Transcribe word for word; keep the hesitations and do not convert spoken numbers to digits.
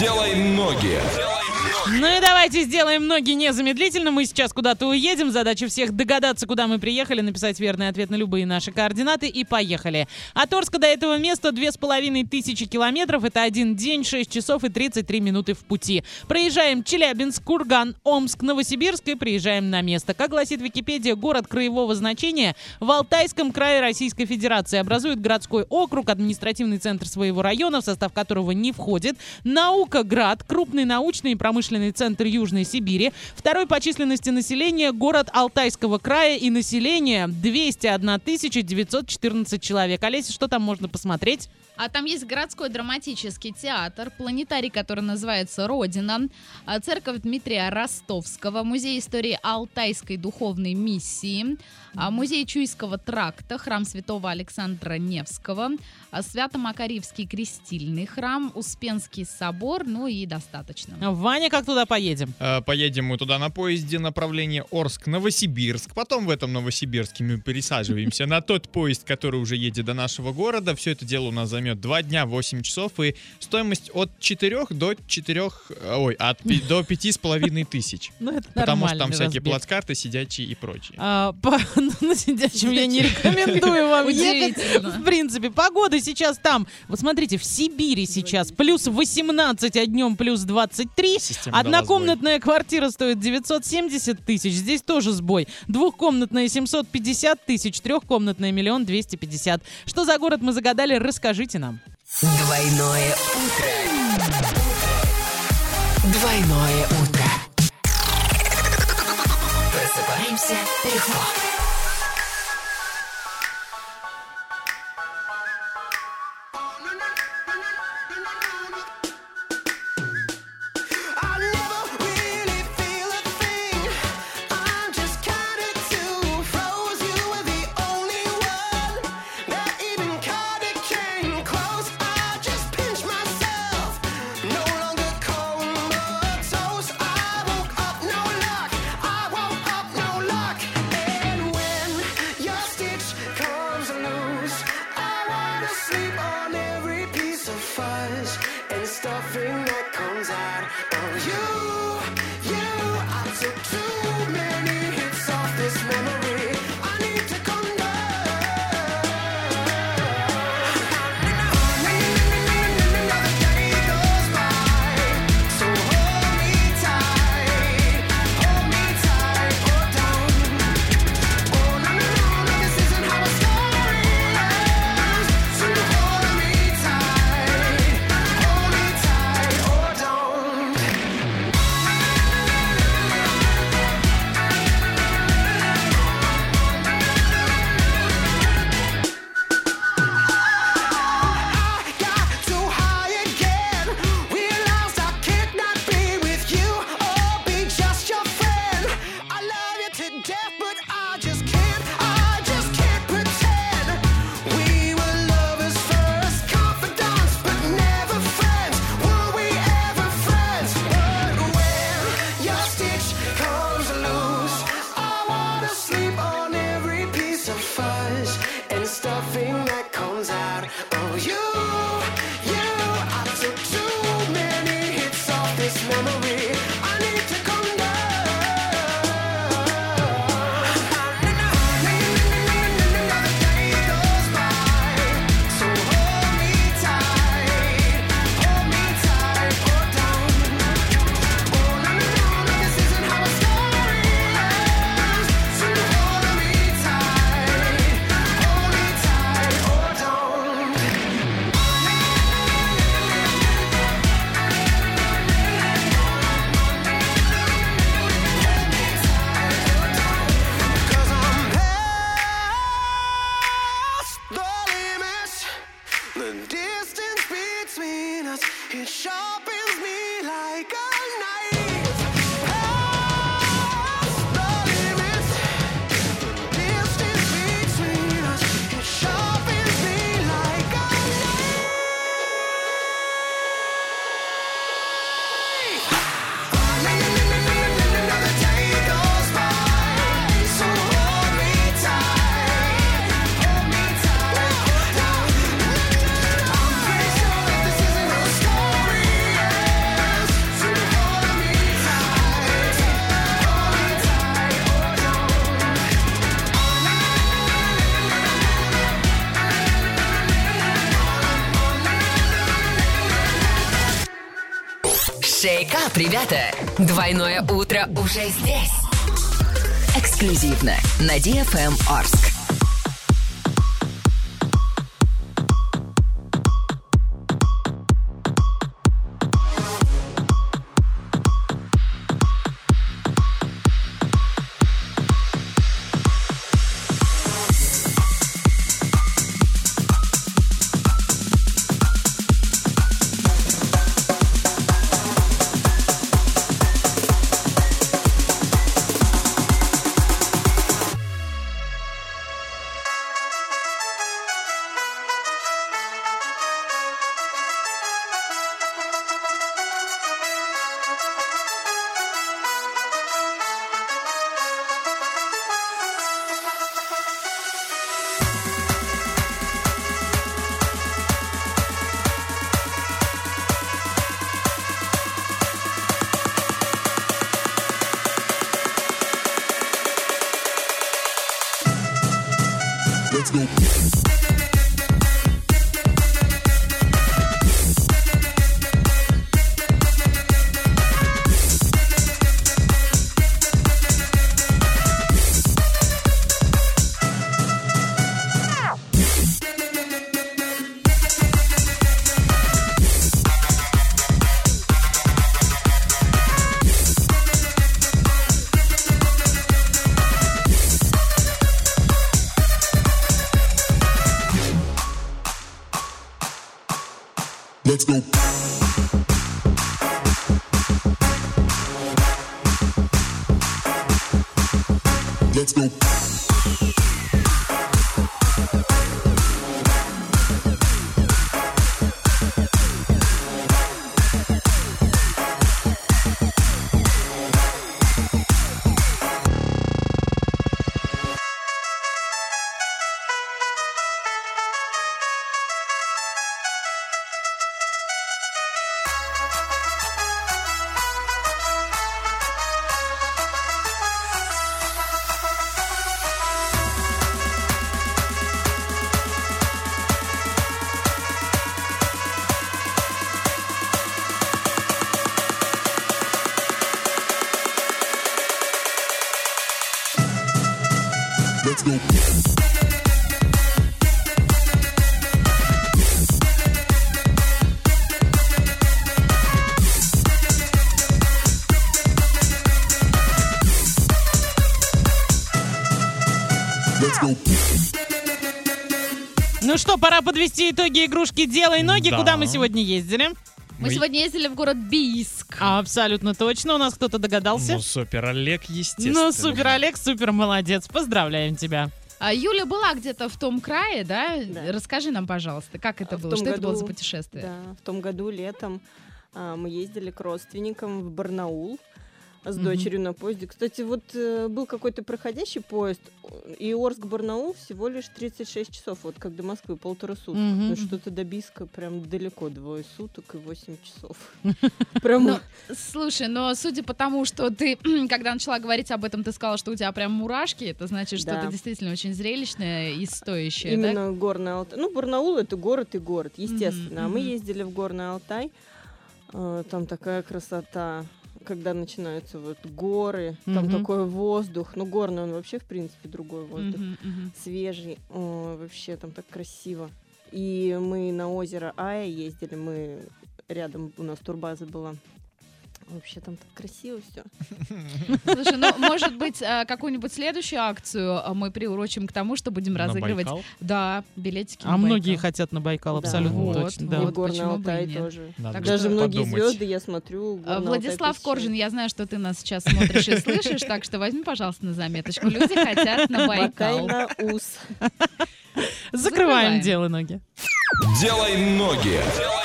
Делай ноги. Ну и давайте сделаем ноги незамедлительно. Мы сейчас куда-то уедем. Задача всех догадаться, куда мы приехали, написать верный ответ на любые наши координаты и поехали. От Орска до этого места две с половиной тысячи километров. Это один день, шесть часов и тридцать три минуты в пути. Проезжаем Челябинск, Курган, Омск, Новосибирск и приезжаем на место. Как гласит Википедия, город краевого значения в Алтайском крае Российской Федерации. Образует городской округ, административный центр своего района, в состав которого не входит Наукоград, крупный научный и промышленный центр Южной Сибири. Второй по численности населения город Алтайского края и население двести одна тысяча девятьсот четырнадцать человек. Олеся, что там можно посмотреть? А там есть городской драматический театр, планетарий, который называется «Родина», церковь Дмитрия Ростовского, музей истории Алтайской духовной миссии, музей Чуйского тракта, храм святого Александра Невского, Свято-Макарьевский крестильный храм, Успенский собор, ну и достаточно. Ваня, как туда поедем? Поедем мы туда на поезде, направление Орск-Новосибирск. Потом в этом Новосибирске мы пересаживаемся на тот поезд, который уже едет до нашего города. Все это дело у нас займет два дня, восемь часов, и стоимость от четырёх до четырёх, ой, от до пяти с половиной тысяч. Ну, это потому что там всякие разбег. плацкарты, сидячие и прочие. А, по, ну, на сидячем я не рекомендую вам ехать. В принципе, погода сейчас там. Вот смотрите, в Сибири сейчас плюс восемнадцать, а днем плюс двадцать три. Система дала Однокомнатная квартира стоит девятьсот семьдесят тысяч. Здесь тоже сбой. Двухкомнатная семьсот пятьдесят тысяч. Трехкомнатная миллион двести пятьдесят. Что за город мы загадали? Расскажите нам. Двойное утро. Двойное утро. Просыпаемся легко. Шейкап, ребята! Двойное утро уже здесь. Эксклюзивно на ди эф эм Орск. Let's go. Let's go. Let's go. Let's go. Let's go. Ну что, пора подвести итоги игрушки «Делай ноги». Да. Куда мы сегодня ездили? Мы Мы- сегодня ездили в город Бийск. Абсолютно точно. У нас кто-то догадался? Ну, супер, Олег, естественно. Ну, супер, Олег, супер молодец. Поздравляем тебя. А Юля была где-то в том крае, да? Да. Расскажи нам, пожалуйста, как это В было? том Что это было году- за путешествие? Да, в том году летом а, мы ездили к родственникам в Барнаул с Мгм. дочерью на поезде. Кстати, вот э, был какой-то проходящий поезд, и Орск-Барнаул всего лишь тридцать шесть часов, вот как до Москвы, полтора суток. Мгм. Ну что-то до Бийска прям далеко, двое суток и восемь часов. Прям Ну, слушай, но судя по тому, что ты, когда начала говорить об этом, ты сказала, что у тебя прям мурашки, это значит, что Да. это действительно очень зрелищное и стоящее, да? именно Горный Алтай. Ну, Барнаул — это город и город, естественно. Мгм, А мы мгм. ездили в Горный Алтай. Э, Там такая красота, когда начинаются вот горы, там Мгм. такой воздух. Ну, горный он вообще, в принципе, другой воздух. Мгм, мгм. Свежий. О, вообще там так красиво. И мы на озеро Ая ездили, мы рядом, у нас турбаза была. Вообще там так красиво все. Слушай, ну, может быть, э, какую-нибудь следующую акцию э, мы приурочим к тому, что будем На разыгрывать, Байкал? да, билетики А на многие Байкал. хотят на Байкал, Да. абсолютно Вот, точно. Да. И вот. Горный почему бы и Алтай нет. тоже. Надо Так Даже что многие подумать. звезды, я смотрю, Э, Горный Алтай Владислав посещают. Коржин, я знаю, что ты нас сейчас смотришь и слышишь, так что возьми, пожалуйста, на заметочку. Люди хотят на Мотай Байкал. на ус. Закрываем Закрываем. «Делай ноги». Делай ноги.